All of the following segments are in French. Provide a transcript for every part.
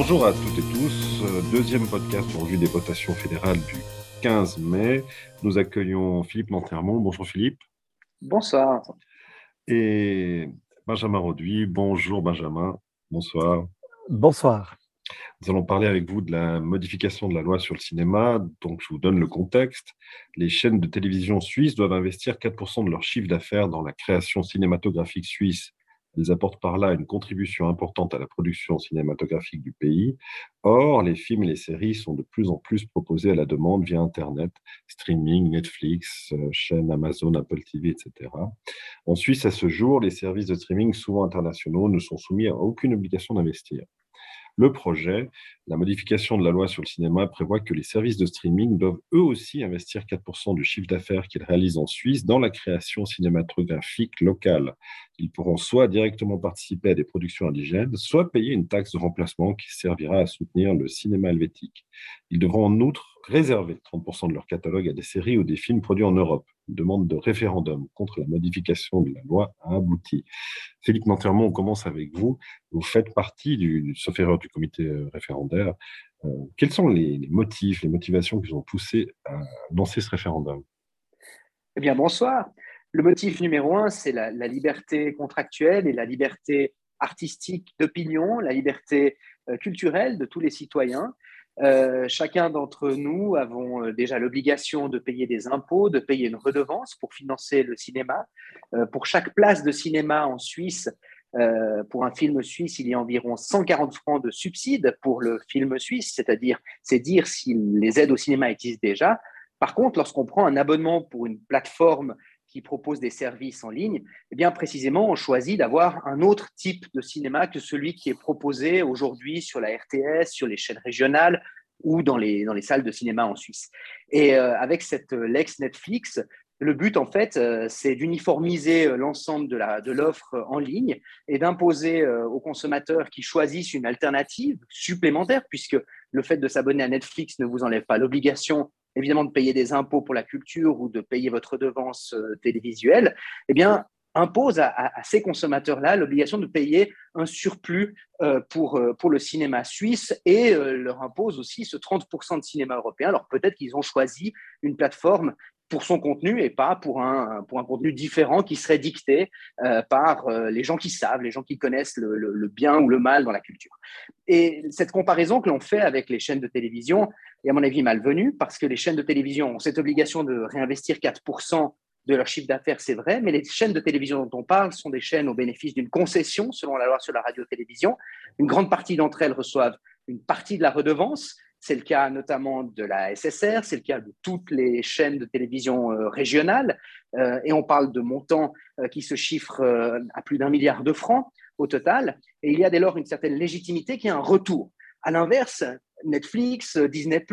Bonjour à toutes et tous, deuxième podcast en vue des votations fédérales du 15 mai. Nous accueillons Philippe Nantermont. Bonjour Philippe. Bonsoir. Et Benjamin Roduit. Bonjour Benjamin. Bonsoir. Bonsoir. Nous allons parler avec vous de la modification de la loi sur le cinéma. Donc, je vous donne le contexte. Les chaînes de télévision suisses doivent investir 4% de leur chiffre d'affaires dans la création cinématographique suisse. Elles apportent par là une contribution importante à la production cinématographique du pays. Or, les films et les séries sont de plus en plus proposés à la demande via Internet, streaming, Netflix, chaînes Amazon, Apple TV, etc. En Suisse, à ce jour, les services de streaming, souvent internationaux, ne sont soumis à aucune obligation d'investir. Le projet, la modification de la loi sur le cinéma, prévoit que les services de streaming doivent eux aussi investir 4% du chiffre d'affaires qu'ils réalisent en Suisse dans la création cinématographique locale. Ils pourront soit directement participer à des productions indigènes, soit payer une taxe de remplacement qui servira à soutenir le cinéma helvétique. Ils devront en outre réserver 30% de leur catalogue à des séries ou des films produits en Europe. Une demande de référendum contre la modification de la loi a abouti. Philippe Nantermont, on commence avec vous. Vous faites partie sauf erreur, du comité référendaire. Quels sont les motifs, les motivations qui vous ont poussé à lancer ce référendum? Eh bien, bonsoir. Le motif numéro un, c'est la liberté contractuelle et la liberté artistique d'opinion, la liberté culturelle de tous les citoyens. Chacun d'entre nous avons déjà l'obligation de payer des impôts, de payer une redevance pour financer le cinéma. Pour chaque place de cinéma en Suisse, pour un film suisse, il y a environ 140 francs de subsides pour le film suisse, c'est dire si les aides au cinéma existent déjà. Par contre, lorsqu'on prend un abonnement pour une plateforme qui propose des services en ligne, eh bien précisément, on choisit d'avoir un autre type de cinéma que celui qui est proposé aujourd'hui sur la RTS, sur les chaînes régionales ou dans les salles de cinéma en Suisse. Et avec cette Lex Netflix, le but, en fait, c'est d'uniformiser l'ensemble de l'offre en ligne et d'imposer aux consommateurs qui choisissent une alternative supplémentaire, puisque le fait de s'abonner à Netflix ne vous enlève pas l'obligation, évidemment, de payer des impôts pour la culture ou de payer votre redevance télévisuelle, eh bien, impose à ces consommateurs-là l'obligation de payer un surplus pour le cinéma suisse et leur impose aussi ce 30% de cinéma européen. Alors peut-être qu'ils ont choisi une plateforme pour son contenu et pas pour un contenu différent qui serait dicté par les gens qui savent, les gens qui connaissent le bien ou le mal dans la culture. Et cette comparaison que l'on fait avec les chaînes de télévision est à mon avis malvenue parce que les chaînes de télévision ont cette obligation de réinvestir 4% de leur chiffre d'affaires, c'est vrai, mais les chaînes de télévision dont on parle sont des chaînes au bénéfice d'une concession selon la loi sur la radio-télévision. Une grande partie d'entre elles reçoivent une partie de la redevance. C'est le cas notamment de la SSR, c'est le cas de toutes les chaînes de télévision régionales, et on parle de montants qui se chiffrent à plus d'1 milliard de francs au total, et il y a dès lors une certaine légitimité qui est un retour. À l'inverse, Netflix, Disney+,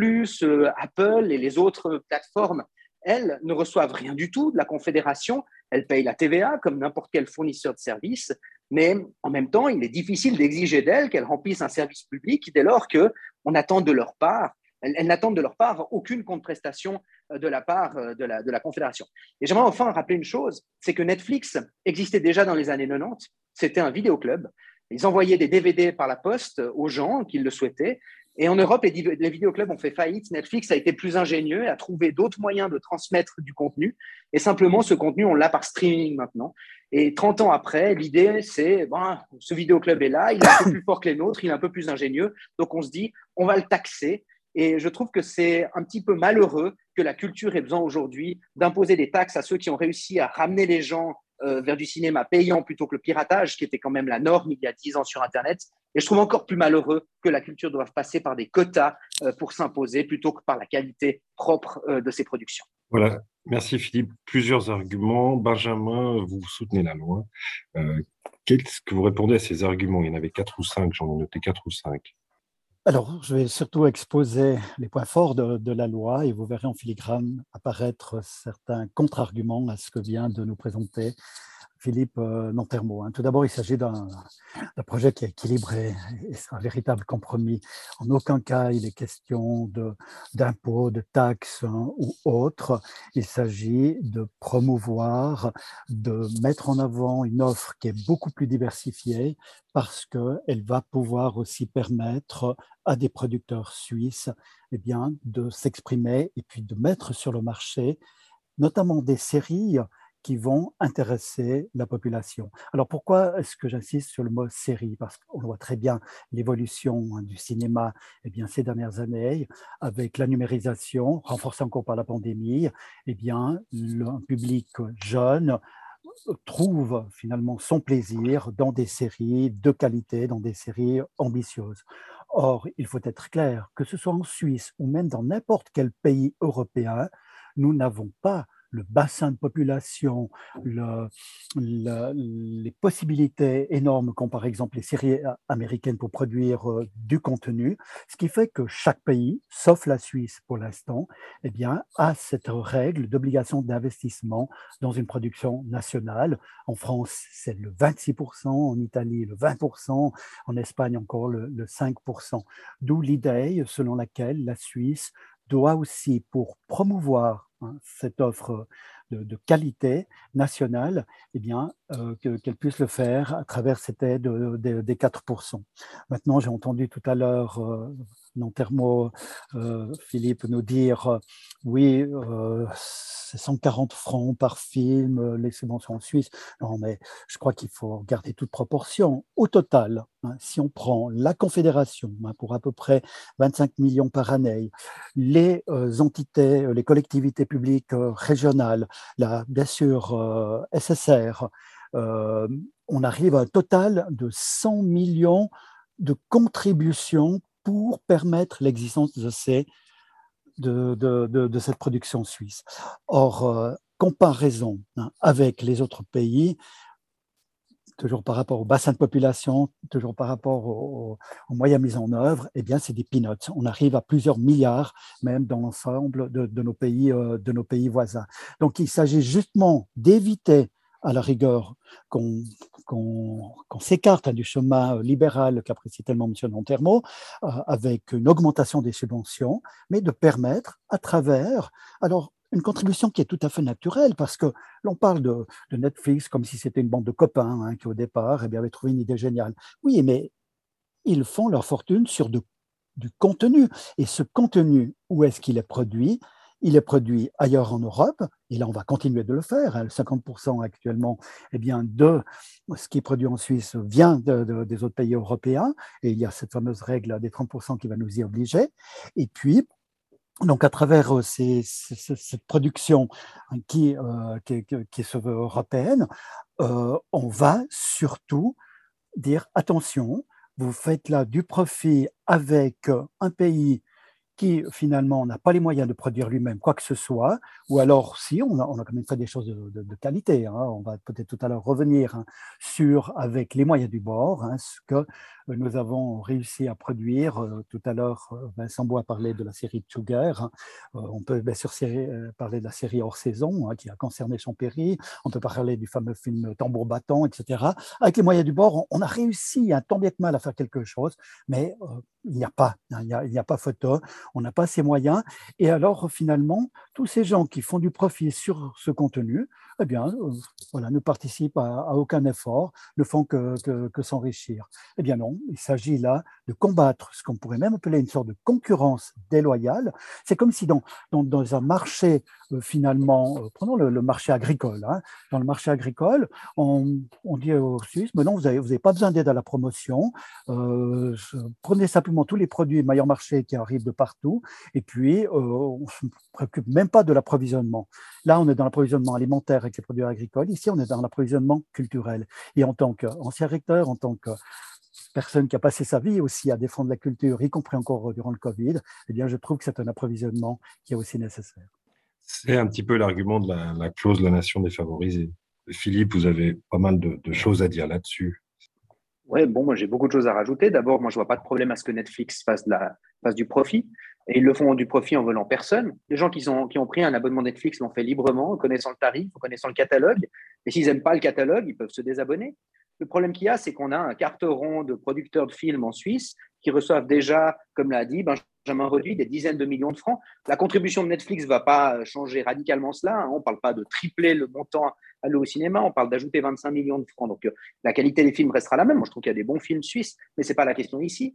Apple et les autres plateformes, elles ne reçoivent rien du tout de la Confédération. Elles payent la TVA comme n'importe quel fournisseur de services, mais en même temps, il est difficile d'exiger d'elles qu'elles remplissent un service public dès lors qu'on attend de leur part, elles n'attendent de leur part aucune contreprestation de la part de la Confédération. Et j'aimerais enfin rappeler une chose, c'est que Netflix existait déjà dans les années 90, c'était un vidéoclub. Ils envoyaient des DVD par la poste aux gens qui le souhaitaient. Et en Europe, les vidéoclubs ont fait faillite. Netflix a été plus ingénieux et a trouvé d'autres moyens de transmettre du contenu. Et simplement, ce contenu, on l'a par streaming maintenant. Et 30 ans après, l'idée, c'est, ce vidéoclub est là, il est un peu plus fort que les nôtres, il est un peu plus ingénieux. Donc, on se dit, on va le taxer. Et je trouve que c'est un petit peu malheureux que la culture ait besoin aujourd'hui d'imposer des taxes à ceux qui ont réussi à ramener les gens vers du cinéma payant plutôt que le piratage, qui était quand même la norme il y a 10 ans sur Internet. Et je trouve encore plus malheureux que la culture doive passer par des quotas pour s'imposer plutôt que par la qualité propre de ses productions. Voilà, merci Philippe. Plusieurs arguments. Benjamin, vous soutenez la loi. Qu'est-ce que vous répondez à ces arguments? Il y en avait 4 ou 5, j'en ai noté 4 ou 5. Alors, je vais surtout exposer les points forts de la loi et vous verrez en filigrane apparaître certains contre-arguments à ce que vient de nous présenter Philippe Nantermo. Tout d'abord, il s'agit d'un projet qui est équilibré et c'est un véritable compromis. En aucun cas, il est question d'impôts, de taxes ou autres. Il s'agit de promouvoir, de mettre en avant une offre qui est beaucoup plus diversifiée parce qu'elle va pouvoir aussi permettre à des producteurs suisses de s'exprimer et puis de mettre sur le marché notamment des séries qui vont intéresser la population. Alors pourquoi est-ce que j'insiste sur le mot série? Parce qu'on voit très bien l'évolution du cinéma ces dernières années, avec la numérisation, renforcée encore par la pandémie, un public jeune trouve finalement son plaisir dans des séries de qualité, dans des séries ambitieuses. Or, il faut être clair, que ce soit en Suisse ou même dans n'importe quel pays européen, nous n'avons pas le bassin de population, les possibilités énormes qu'ont par exemple les séries américaines pour produire du contenu, ce qui fait que chaque pays, sauf la Suisse pour l'instant, a cette règle d'obligation d'investissement dans une production nationale. En France, c'est le 26%, en Italie, le 20%, en Espagne, encore le 5%. D'où l'idée selon laquelle la Suisse doit aussi, pour promouvoir cette offre de qualité nationale, qu'elle puisse le faire à travers cette aide des 4%. Maintenant, j'ai entendu tout à l'heure Nantermo, Philippe, nous dire oui, c'est 140 francs par film, les subventions en Suisse. Non, mais je crois qu'il faut garder toute proportion. Au total, si on prend la Confédération pour à peu près 25 millions par année, les entités, les collectivités publiques régionales, bien sûr SSR, on arrive à un total de 100 millions de contributions pour permettre l'existence de cette production suisse. Or, comparaison avec les autres pays, toujours par rapport au bassin de population, toujours par rapport aux moyens mis en œuvre, c'est des peanuts. On arrive à plusieurs milliards, même dans l'ensemble de nos pays voisins. Donc, il s'agit justement d'éviter à la rigueur qu'on s'écarte du chemin libéral qu'apprécie tellement M. Nantermo, avec une augmentation des subventions, mais de permettre à travers, alors une contribution qui est tout à fait naturelle, parce que l'on parle de Netflix comme si c'était une bande de copains qui au départ avaient trouvé une idée géniale. Oui, mais ils font leur fortune sur du contenu. Et ce contenu, où est-ce qu'il est produit? Il est produit ailleurs en Europe, et là on va continuer de le faire. 50% actuellement de ce qui est produit en Suisse vient des autres pays européens, et il y a cette fameuse règle des 30% qui va nous y obliger. Et puis, donc, à travers cette production qui se veut européenne, on va surtout dire attention, vous faites là du profit avec un pays qui finalement n'a pas les moyens de produire lui-même quoi que ce soit, ou alors si, on a quand même fait des choses de qualité. On va peut-être tout à l'heure revenir sur, avec les moyens du bord, ce que nous avons réussi à produire. Tout à l'heure, Vincent Bois parlait de la série Sugar. On peut bien sûr parler de la série Hors Saison, qui a concerné Champéry. On peut parler du fameux film Tambour battant, etc. Avec les moyens du bord, on a réussi tant bien que mal à faire quelque chose, mais il n'y a pas photo. On n'a pas ces moyens. Et alors, finalement, tous ces gens qui font du profit sur ce contenu, ne participent à aucun effort, ne font que s'enrichir. Eh bien non, il s'agit là de combattre ce qu'on pourrait même appeler une sorte de concurrence déloyale. C'est comme si dans un marché, finalement, prenons le marché agricole. Dans le marché agricole, on dit aux Suisses, mais non, vous n'avez pas besoin d'aide à la promotion. Prenez simplement tous les produits meilleur marché qui arrivent de partout, et puis on ne se préoccupe même pas de l'approvisionnement. Là, on est dans l'approvisionnement alimentaire avec les produits agricoles. Ici, on est dans l'approvisionnement culturel. Et en tant qu'ancien recteur, en tant que personne qui a passé sa vie aussi à défendre la culture, y compris encore durant le Covid, je trouve que c'est un approvisionnement qui est aussi nécessaire. C'est un petit peu l'argument de la clause de la nation défavorisée. Philippe, vous avez pas mal de choses à dire là-dessus. Ouais, bon, moi j'ai beaucoup de choses à rajouter. D'abord, moi je vois pas de problème à ce que Netflix fasse du profit. Et ils le font du profit en volant personne. Les gens qui ont pris un abonnement Netflix l'ont fait librement, en connaissant le tarif, en connaissant le catalogue. Et s'ils n'aiment pas le catalogue, ils peuvent se désabonner. Le problème qu'il y a, c'est qu'on a un carteron de producteurs de films en Suisse qui reçoivent déjà, comme l'a dit Benjamin Reudy, des dizaines de millions de francs. La contribution de Netflix ne va pas changer radicalement cela. On ne parle pas de tripler le montant alloué au cinéma, on parle d'ajouter 25 millions de francs. Donc la qualité des films restera la même. Moi, je trouve qu'il y a des bons films suisses, mais ce n'est pas la question ici.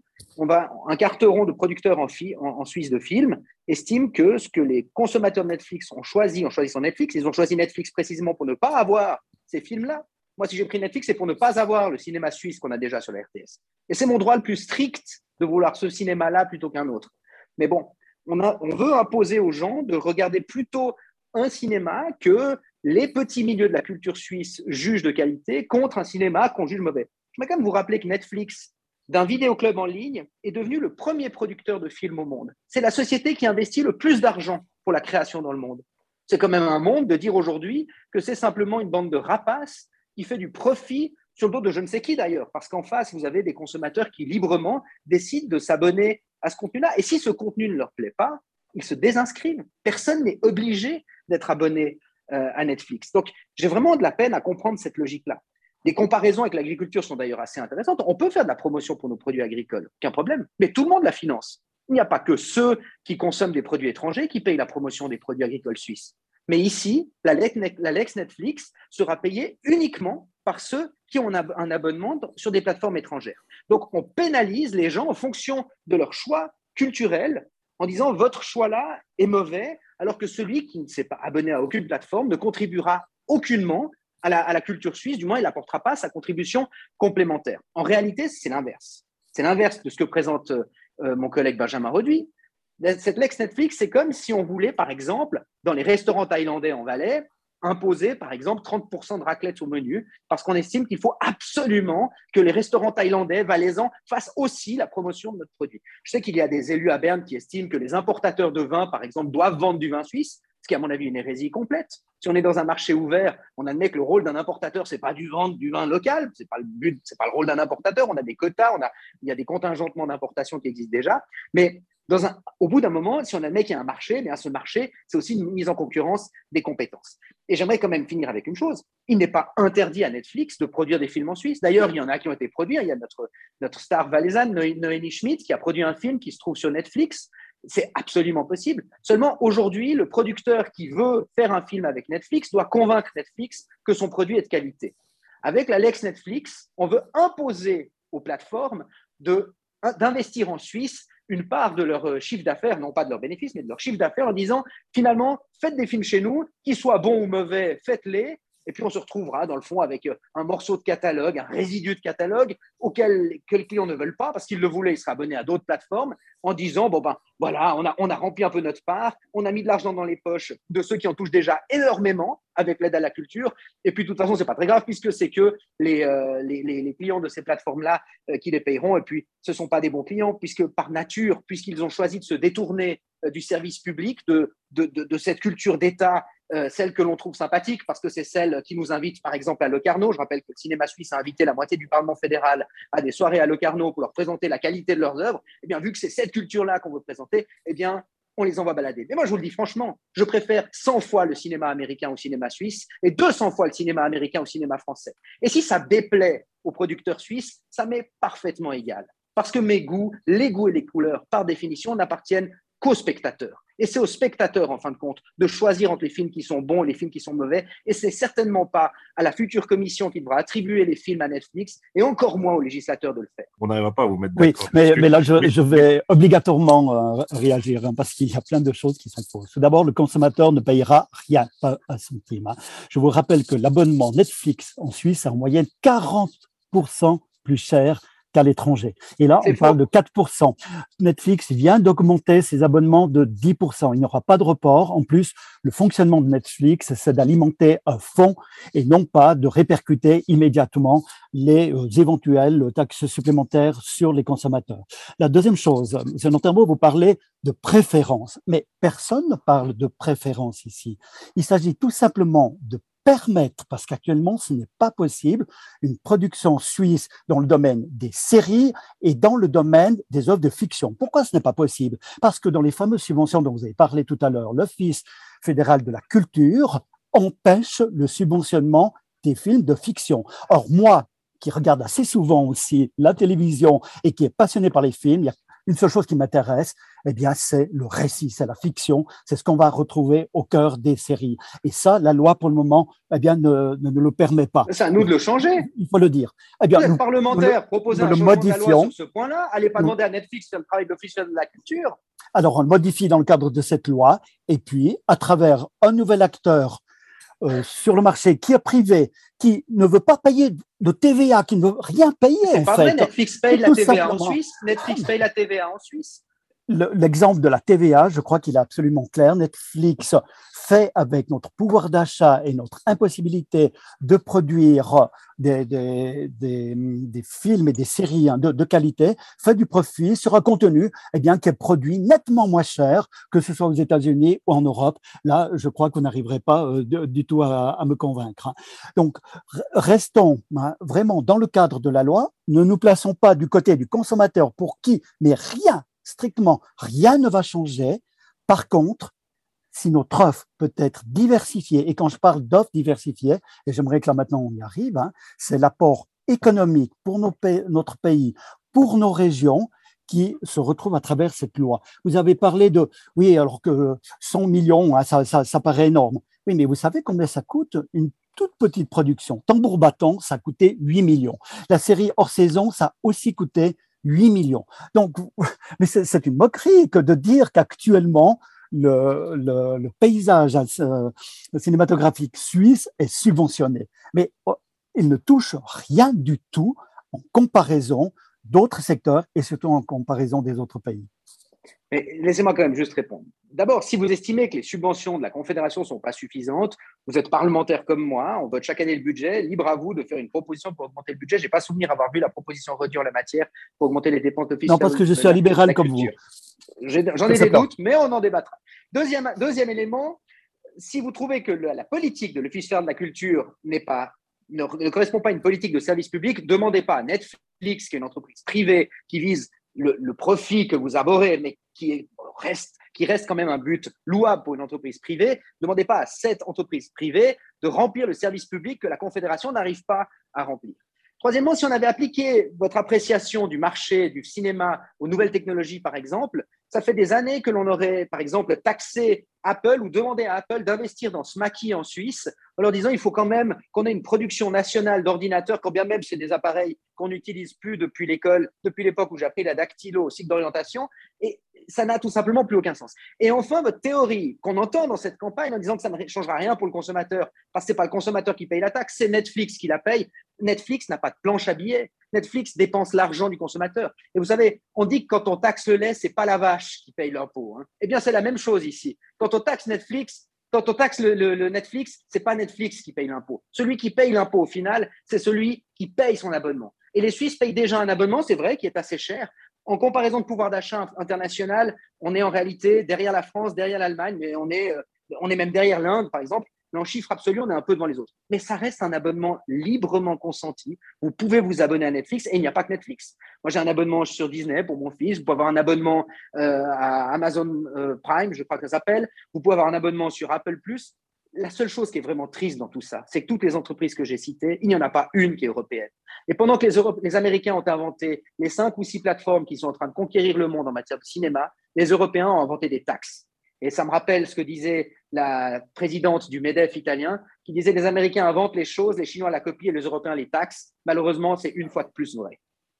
Un carteron de producteurs en Suisse de films estime que ce que les consommateurs de Netflix ont choisi sur Netflix, ils ont choisi Netflix précisément pour ne pas avoir ces films-là. Moi, si j'ai pris Netflix, c'est pour ne pas avoir le cinéma suisse qu'on a déjà sur la RTS. Et c'est mon droit le plus strict de vouloir ce cinéma-là plutôt qu'un autre. Mais bon, on veut imposer aux gens de regarder plutôt un cinéma que les petits milieux de la culture suisse jugent de qualité contre un cinéma qu'on juge mauvais. Je vais quand même vous rappeler que Netflix, d'un vidéoclub en ligne, est devenu le premier producteur de films au monde. C'est la société qui investit le plus d'argent pour la création dans le monde. C'est quand même un monde de dire aujourd'hui que c'est simplement une bande de rapaces qui fait du profit sur le dos de je ne sais qui d'ailleurs, parce qu'en face, vous avez des consommateurs qui librement décident de s'abonner à ce contenu-là. Et si ce contenu ne leur plaît pas, ils se désinscrivent. Personne n'est obligé d'être abonné à Netflix. Donc, j'ai vraiment de la peine à comprendre cette logique-là. Les comparaisons avec l'agriculture sont d'ailleurs assez intéressantes. On peut faire de la promotion pour nos produits agricoles, aucun problème, mais tout le monde la finance. Il n'y a pas que ceux qui consomment des produits étrangers qui payent la promotion des produits agricoles suisses. Mais ici, la Lex Netflix sera payée uniquement par ceux qui ont un abonnement sur des plateformes étrangères. Donc, on pénalise les gens en fonction de leur choix culturel en disant votre choix-là est mauvais, alors que celui qui ne s'est pas abonné à aucune plateforme ne contribuera aucunement à la culture suisse, du moins il n'apportera pas sa contribution complémentaire. En réalité, c'est l'inverse. C'est l'inverse de ce que présente mon collègue Benjamin Reudy. Cette Lex Netflix, c'est comme si on voulait, par exemple, dans les restaurants thaïlandais en Valais, imposer, par exemple, 30% de raclette au menu, parce qu'on estime qu'il faut absolument que les restaurants thaïlandais valaisans fassent aussi la promotion de notre produit. Je sais qu'il y a des élus à Berne qui estiment que les importateurs de vin, par exemple, doivent vendre du vin suisse, ce qui est à mon avis une hérésie complète. Si on est dans un marché ouvert, on admet que le rôle d'un importateur, c'est pas du vendre du vin local, c'est pas le but, c'est pas le rôle d'un importateur. On a des quotas, il y a des contingentements d'importation qui existent déjà, mais au bout d'un moment, si on admet qu'il y a un marché, bien ce marché, c'est aussi une mise en concurrence des compétences. Et j'aimerais quand même finir avec une chose. Il n'est pas interdit à Netflix de produire des films en Suisse. D'ailleurs, il y en a qui ont été produits. Il y a notre star valaisanne, Noémie Schmidt, qui a produit un film qui se trouve sur Netflix. C'est absolument possible. Seulement, aujourd'hui, le producteur qui veut faire un film avec Netflix doit convaincre Netflix que son produit est de qualité. Avec la Lex Netflix, on veut imposer aux plateformes d'investir en Suisse une part de leur chiffre d'affaires, non pas de leurs bénéfices, mais de leur chiffre d'affaires, en disant finalement, faites des films chez nous, qu'ils soient bons ou mauvais, faites-les, et puis on se retrouvera dans le fond avec un morceau de catalogue, un résidu de catalogue auquel les clients ne veulent pas, parce qu'ils le voulaient, ils seraient abonnés à d'autres plateformes, en disant bon ben voilà, on a rempli un peu notre part, on a mis de l'argent dans les poches de ceux qui en touchent déjà énormément avec l'aide à la culture, et puis de toute façon c'est pas très grave puisque c'est que les clients de ces plateformes-là qui les payeront, et puis ce sont pas des bons clients puisque par nature, puisqu'ils ont choisi de se détourner du service public, de cette culture d'État, celle que l'on trouve sympathique parce que c'est celle qui nous invite par exemple à Locarno. Je rappelle que le cinéma suisse a invité la moitié du Parlement fédéral à des soirées à Locarno pour leur présenter la qualité de leurs œuvres. Eh bien, vu que c'est cette culture-là qu'on veut présenter, eh bien, on les envoie balader. Mais moi, je vous le dis franchement, je préfère 100 fois le cinéma américain au cinéma suisse et 200 fois le cinéma américain au cinéma français. Et si ça déplaît aux producteurs suisses, ça m'est parfaitement égal. Parce que mes goûts, les goûts et les couleurs, par définition, n'appartiennent qu'aux spectateurs. Et c'est aux spectateurs, en fin de compte, de choisir entre les films qui sont bons et les films qui sont mauvais. Et c'est certainement pas à la future commission qui devra attribuer les films à Netflix, et encore moins aux législateurs de le faire. On n'arrivera pas à vous mettre d'accord. Oui, mais là, je vais obligatoirement réagir, parce qu'il y a plein de choses qui sont fausses. Tout d'abord, le consommateur ne payera rien, pas un centime. Je vous rappelle que l'abonnement Netflix en Suisse est en moyenne 40% plus cher qu'à l'étranger. Et là, on parle de 4%. Netflix vient d'augmenter ses abonnements de 10%. Il n'y aura pas de report. En plus, le fonctionnement de Netflix, c'est d'alimenter un fonds et non pas de répercuter immédiatement les éventuelles taxes supplémentaires sur les consommateurs. La deuxième chose, M. Nanterbo, vous parlez de préférence, mais personne ne parle de préférence ici. Il s'agit tout simplement de permettre, parce qu'actuellement, ce n'est pas possible, une production suisse dans le domaine des séries et dans le domaine des œuvres de fiction. Pourquoi ce n'est pas possible? Parce que dans les fameuses subventions dont vous avez parlé tout à l'heure, l'Office fédéral de la culture empêche le subventionnement des films de fiction. Or, moi, qui regarde assez souvent aussi la télévision et qui est passionné par les films, il y a une seule chose qui m'intéresse, eh bien, c'est le récit, c'est la fiction, c'est ce qu'on va retrouver au cœur des séries. Et ça, la loi, pour le moment, eh bien, ne le permet pas. C'est à nous de le changer. Il faut le dire. Eh bien, vous êtes parlementaire, proposez un changement de la loi sur ce point-là. Allez pas demander à Netflix de faire le travail de l'Office de la culture. Alors, on le modifie dans le cadre de cette loi, et puis, à travers un nouvel acteur sur le marché qui est privé, qui ne veut pas payer de TVA, qui ne veut rien payer. C'est pas vrai, Netflix paye la TVA en Suisse. Netflix paye la TVA en Suisse. L'exemple de la TVA, je crois qu'il est absolument clair. Netflix fait avec notre pouvoir d'achat et notre impossibilité de produire des films et des séries de qualité, fait du profit sur un contenu qui est produit nettement moins cher, que ce soit aux États-Unis ou en Europe. Là, je crois qu'on n'arriverait pas du tout à me convaincre. Donc, restons vraiment dans le cadre de la loi. Ne nous plaçons pas du côté du consommateur pour qui, mais strictement rien ne va changer. Par contre, si notre offre peut être diversifiée, et quand je parle d'offre diversifiée, et j'aimerais que là maintenant on y arrive, c'est l'apport économique pour notre pays, pour nos régions, qui se retrouve à travers cette loi. Vous avez parlé de, oui, alors que 100 millions, ça paraît énorme. Oui, mais vous savez combien ça coûte une toute petite production? Tambour battant, ça coûtait 8 millions. La série hors saison, ça a aussi coûté 8 millions. Donc, mais c'est une moquerie que de dire qu'actuellement, le paysage cinématographique suisse est subventionné. Mais il ne touche rien du tout en comparaison d'autres secteurs et surtout en comparaison des autres pays. Mais laissez-moi quand même juste répondre. D'abord, si vous estimez que les subventions de la Confédération ne sont pas suffisantes, vous êtes parlementaire comme moi, on vote chaque année le budget, libre à vous de faire une proposition pour augmenter le budget. Je n'ai pas souvenir avoir vu la proposition redire la matière pour augmenter les dépenses d'office. Non, parce que je suis un libéral comme vous. J'en ai des doutes, mais on en débattra. Deuxième élément, si vous trouvez que la politique de l'Office fédéral de la culture ne correspond pas à une politique de service public, demandez pas à Netflix, qui est une entreprise privée qui vise le profit que vous abhorrez, mais qui reste quand même un but louable pour une entreprise privée, ne demandez pas à cette entreprise privée de remplir le service public que la Confédération n'arrive pas à remplir. Troisièmement, si on avait appliqué votre appréciation du marché du cinéma aux nouvelles technologies, par exemple, ça fait des années que l'on aurait, par exemple, taxé Apple ou demandé à Apple d'investir dans ce maquis en Suisse, en leur disant il faut quand même qu'on ait une production nationale d'ordinateurs, quand bien même c'est des appareils qu'on n'utilise plus depuis l'école, depuis l'époque où j'ai appris la dactylo au cycle d'orientation, et ça n'a tout simplement plus aucun sens. Et enfin, votre théorie qu'on entend dans cette campagne en disant que ça ne changera rien pour le consommateur, parce que ce n'est pas le consommateur qui paye la taxe, c'est Netflix qui la paye. Netflix n'a pas de planche à billets. Netflix dépense l'argent du consommateur. Et vous savez, on dit que quand on taxe le lait, ce n'est pas la vache qui paye l'impôt. Eh bien, c'est la même chose ici. Quand on taxe Netflix, quand on taxe le Netflix, ce n'est pas Netflix qui paye l'impôt. Celui qui paye l'impôt au final, c'est celui qui paye son abonnement. Et les Suisses payent déjà un abonnement, c'est vrai, qui est assez cher. En comparaison de pouvoir d'achat international, on est en réalité derrière la France, derrière l'Allemagne, mais on est même derrière l'Inde, par exemple. Mais en chiffre absolu, on est un peu devant les autres. Mais ça reste un abonnement librement consenti. Vous pouvez vous abonner à Netflix et il n'y a pas que Netflix. Moi, j'ai un abonnement sur Disney pour mon fils. Vous pouvez avoir un abonnement à Amazon Prime, je crois que ça s'appelle. Vous pouvez avoir un abonnement sur Apple+. La seule chose qui est vraiment triste dans tout ça, c'est que toutes les entreprises que j'ai citées, il n'y en a pas une qui est européenne. Et pendant que les Américains ont inventé les 5 ou 6 plateformes qui sont en train de conquérir le monde en matière de cinéma, les Européens ont inventé des taxes. Et ça me rappelle ce que disait la présidente du MEDEF italien, qui disait les Américains inventent les choses, les Chinois la copient et les Européens les taxent. Malheureusement, c'est une fois de plus vrai.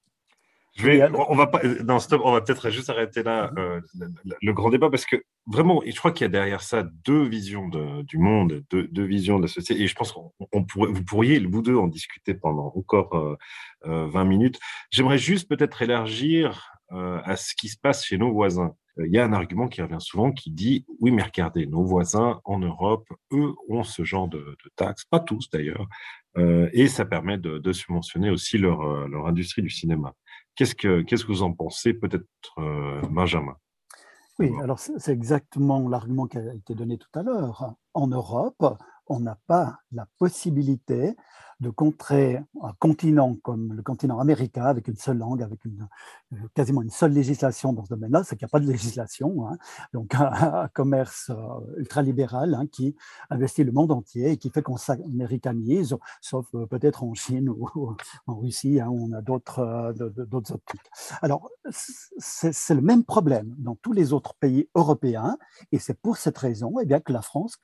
On va peut-être juste arrêter là le grand débat parce que vraiment, je crois qu'il y a derrière ça deux visions du monde, deux visions de la société. Et je pense vous pourriez, vous deux, en discuter pendant encore 20 minutes. J'aimerais juste peut-être élargir à ce qui se passe chez nos voisins. Il y a un argument qui revient souvent qui dit « Oui, mais regardez, nos voisins en Europe, eux, ont ce genre de taxes, pas tous d'ailleurs, et ça permet de subventionner aussi leur industrie du cinéma. » Qu'est-ce que vous en pensez, peut-être Benjamin? Oui, alors c'est exactement l'argument qui a été donné tout à l'heure. En Europe, on n'a pas la possibilité de contrer un continent comme le continent américain avec une seule langue, avec quasiment une seule législation dans ce domaine-là, c'est qu'il n'y a pas de législation, hein. Donc un commerce ultralibéral, hein, qui investit le monde entier et qui fait qu'on s'américanise, sauf peut-être en Chine ou en Russie, hein, où on a d'autres optiques. Alors c'est le même problème dans tous les autres pays européens, et c'est pour cette raison, eh bien, que la France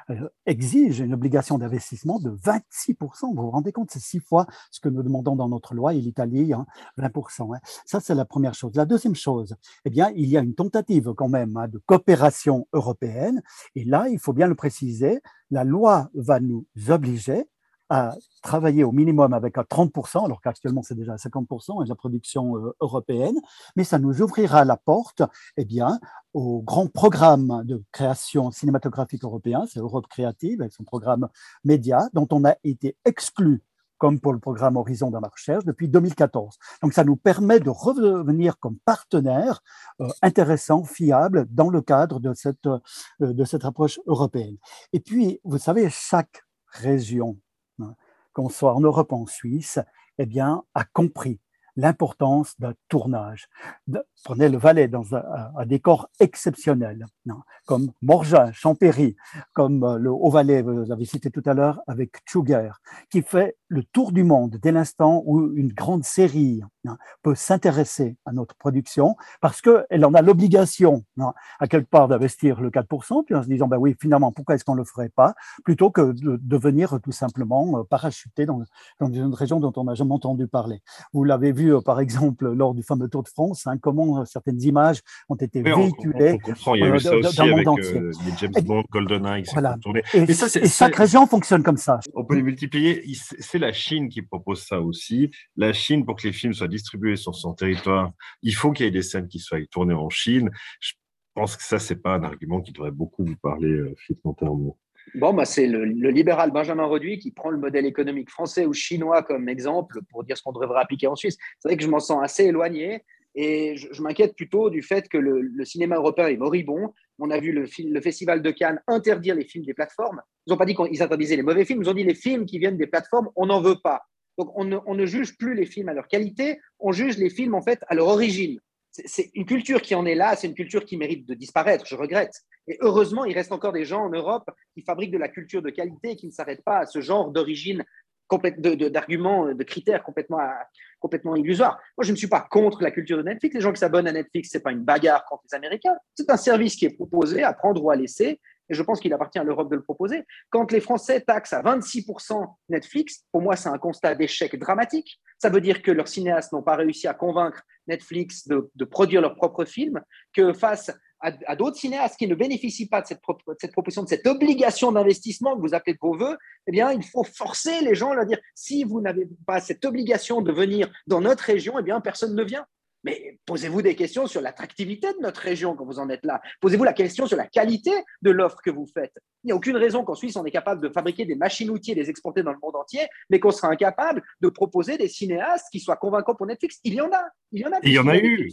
exige une obligation d'investissement de 26%. Vous vous rendez compte, c'est 6 fois ce que nous demandons dans notre loi, et l'Italie, hein, 20%. Hein. Ça, c'est la première chose. La deuxième chose, eh bien, il y a une tentative quand même, hein, de coopération européenne. Et là, il faut bien le préciser, la loi va nous obliger à travailler au minimum avec 30%, alors qu'actuellement c'est déjà 50% de la production européenne, mais ça nous ouvrira la porte, eh bien, au grand programme de création cinématographique européen, c'est Europe Créative, avec son programme Média, dont on a été exclu, comme pour le programme Horizon dans la recherche, depuis 2014. Donc ça nous permet de revenir comme partenaire intéressant, fiable, dans le cadre de cette approche européenne. Et puis, vous savez, chaque région, qu'on soit en Europe ou en Suisse, eh bien, a compris l'importance d'un tournage. Prenez le Valais dans un décor exceptionnel, comme Morgin, Champéry, comme le Haut-Valais, vous l'avez cité tout à l'heure, avec Tschouguer, qui fait le tour du monde dès l'instant où une grande série peut s'intéresser à notre production, parce qu'elle en a l'obligation, à quelque part, d'investir le 4%, puis en se disant, ben oui, finalement, pourquoi est-ce qu'on ne le ferait pas, plutôt que de venir tout simplement parachuter dans une région dont on n'a jamais entendu parler. Vous l'avez vu, par exemple, lors du fameux Tour de France, hein, comment certaines images ont été véhiculées. On comprend, il y a eu ça aussi avec les James Bond, GoldenEye qui voilà. sont tournés. Et chaque région fonctionne comme ça. On peut les multiplier. C'est la Chine qui propose ça aussi. La Chine, pour que les films soient distribués sur son territoire, il faut qu'il y ait des scènes qui soient tournées en Chine. Je pense que ça, c'est pas un argument qui devrait beaucoup vous parler, Philippe Montermont. Bon, bah c'est le libéral Benjamin Reduit qui prend le modèle économique français ou chinois comme exemple pour dire ce qu'on devrait appliquer en Suisse. C'est vrai que je m'en sens assez éloigné et je m'inquiète plutôt du fait que le cinéma européen est moribond. On a vu le Festival de Cannes interdire les films des plateformes. Ils n'ont pas dit qu'ils interdisaient les mauvais films, ils ont dit les films qui viennent des plateformes, on n'en veut pas. Donc on ne juge plus les films à leur qualité, on juge les films en fait à leur origine. C'est une culture qui en est là, c'est une culture qui mérite de disparaître, je regrette. Et heureusement, il reste encore des gens en Europe qui fabriquent de la culture de qualité et qui ne s'arrêtent pas à ce genre d'origine, d'arguments, de critères complètement illusoires. Moi, je ne suis pas contre la culture de Netflix. Les gens qui s'abonnent à Netflix, ce n'est pas une bagarre contre les Américains. C'est un service qui est proposé à prendre ou à laisser. Et je pense qu'il appartient à l'Europe de le proposer. Quand les Français taxent à 26% Netflix, pour moi, c'est un constat d'échec dramatique. Ça veut dire que leurs cinéastes n'ont pas réussi à convaincre Netflix de produire leurs propres films, que face à d'autres cinéastes qui ne bénéficient pas de cette proposition, de cette obligation d'investissement que vous appelez de vos voeux, eh bien, il faut forcer les gens à leur dire si vous n'avez pas cette obligation de venir dans notre région, eh bien, personne ne vient. Mais posez-vous des questions sur l'attractivité de notre région quand vous en êtes là. Posez-vous la question sur la qualité de l'offre que vous faites. Il n'y a aucune raison qu'en Suisse, on est capable de fabriquer des machines-outils et les exporter dans le monde entier, mais qu'on sera incapable de proposer des cinéastes qui soient convaincants pour Netflix. Il y en a. Il y en a eu.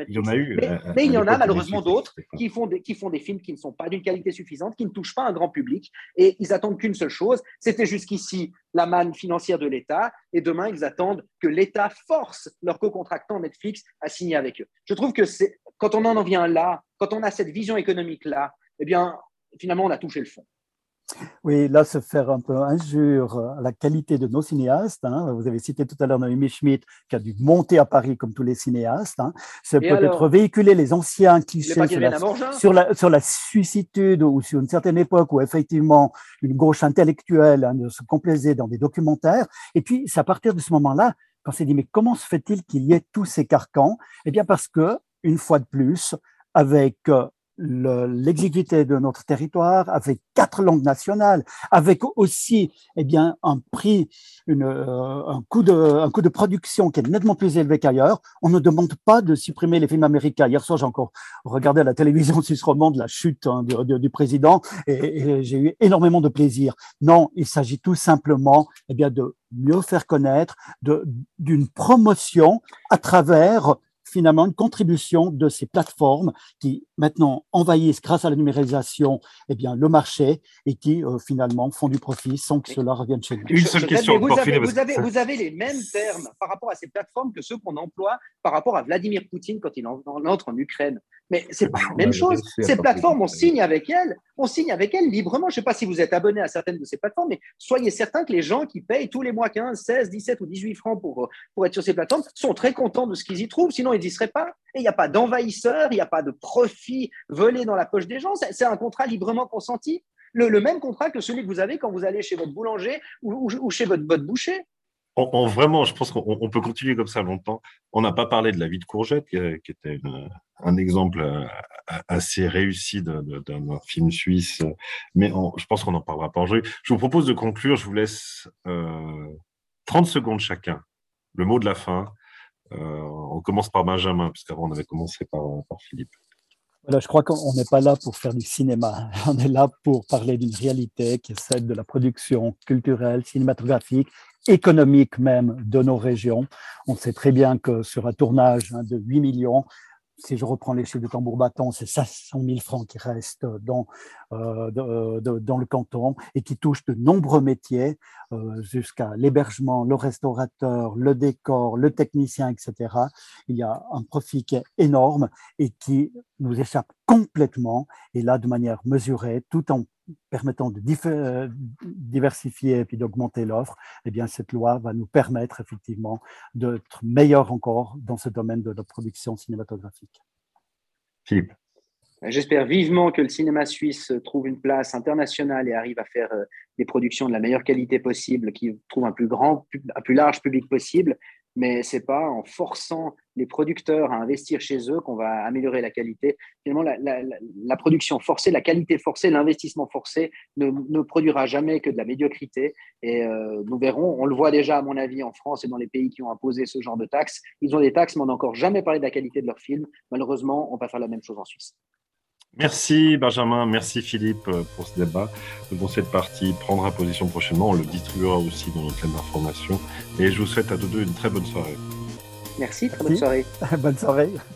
Mais il y en a malheureusement d'autres qui font des films qui ne sont pas d'une qualité suffisante, qui ne touchent pas un grand public, et ils attendent qu'une seule chose. C'était jusqu'ici la manne financière de l'État, et demain, ils attendent que l'État force leurs co-contractants Netflix à signer avec eux. Je trouve que quand on en vient là, quand on a cette vision économique-là, eh bien, finalement, on a touché le fond. Oui, là, se faire un peu injure à la qualité de nos cinéastes. Hein. Vous avez cité tout à l'heure Noémie Schmidt, qui a dû monter à Paris comme tous les cinéastes. Hein. C'est peut-être véhiculer les anciens clichés sur la suicitude ou sur une certaine époque où effectivement une gauche intellectuelle se complaisait dans des documentaires. Et puis, c'est à partir de ce moment-là qu'on s'est dit, mais comment se fait-il qu'il y ait tous ces carcans? Eh bien, parce que, une fois de plus, avec l'exiguïté de notre territoire, avec 4 langues nationales, avec aussi un prix, un coût de production qui est nettement plus élevé qu'ailleurs. On ne demande pas de supprimer les films américains. Hier soir, j'ai encore regardé à la télévision suisse romande la chute du président et j'ai eu énormément de plaisir. Non, il s'agit tout simplement de mieux faire connaître, d'une promotion à travers finalement une contribution de ces plateformes qui maintenant envahissent grâce à la numérisation le marché et qui finalement font du profit sans que cela revienne chez nous. Une seule question. Vous avez les mêmes termes par rapport à ces plateformes que ceux qu'on emploie par rapport à Vladimir Poutine quand il entre en Ukraine. Mais c'est pas la même chose. Ces plateformes, on signe avec elles librement. Je ne sais pas si vous êtes abonné à certaines de ces plateformes, mais soyez certains que les gens qui payent tous les mois 15, 16, 17 ou 18 francs pour être sur ces plateformes sont très contents de ce qu'ils y trouvent. Sinon, ils n'y seraient pas. Et il n'y a pas d'envahisseurs, il n'y a pas de profit volé dans la poche des gens. C'est un contrat librement consenti. Le même contrat que celui que vous avez quand vous allez chez votre boulanger ou chez votre boucher. Vraiment, je pense qu'on peut continuer comme ça longtemps. On n'a pas parlé de La vie de Courgette, qui était un exemple assez réussi d'un film suisse, mais je pense qu'on n'en parlera pas aujourd'hui. Je vous propose de conclure, je vous laisse 30 secondes chacun. Le mot de la fin. On commence par Benjamin, puisqu'avant on avait commencé par Philippe. Voilà, je crois qu'on n'est pas là pour faire du cinéma. On est là pour parler d'une réalité qui est celle de la production culturelle, cinématographique, économique même de nos régions. On sait très bien que sur un tournage de 8 millions, si je reprends les chiffres de tambour battant, c'est 500 000 francs qui restent dans le canton et qui touchent de nombreux métiers, jusqu'à l'hébergement, le restaurateur, le décor, le technicien, etc. Il y a un profit qui est énorme et qui nous échappe complètement, et là de manière mesurée, tout en permettant de diversifier et puis d'augmenter l'offre. Eh bien, cette loi va nous permettre effectivement d'être meilleurs encore dans ce domaine de la production cinématographique. Philippe. J'espère vivement que le cinéma suisse trouve une place internationale et arrive à faire des productions de la meilleure qualité possible, qui trouvent un plus large public possible. Mais ce n'est pas en forçant les producteurs à investir chez eux qu'on va améliorer la qualité. Finalement, la production forcée, la qualité forcée, l'investissement forcé ne produira jamais que de la médiocrité. Et nous verrons, on le voit déjà à mon avis en France et dans les pays qui ont imposé ce genre de taxes. Ils ont des taxes, mais on n'a encore jamais parlé de la qualité de leurs films. Malheureusement, on va faire la même chose en Suisse. Merci Benjamin, merci Philippe pour ce débat. Dans cette partie prendra position prochainement, on le distribuera aussi dans notre chaîne d'information. Et je vous souhaite à tous deux une très bonne soirée. Merci, très bonne soirée. Bonne soirée.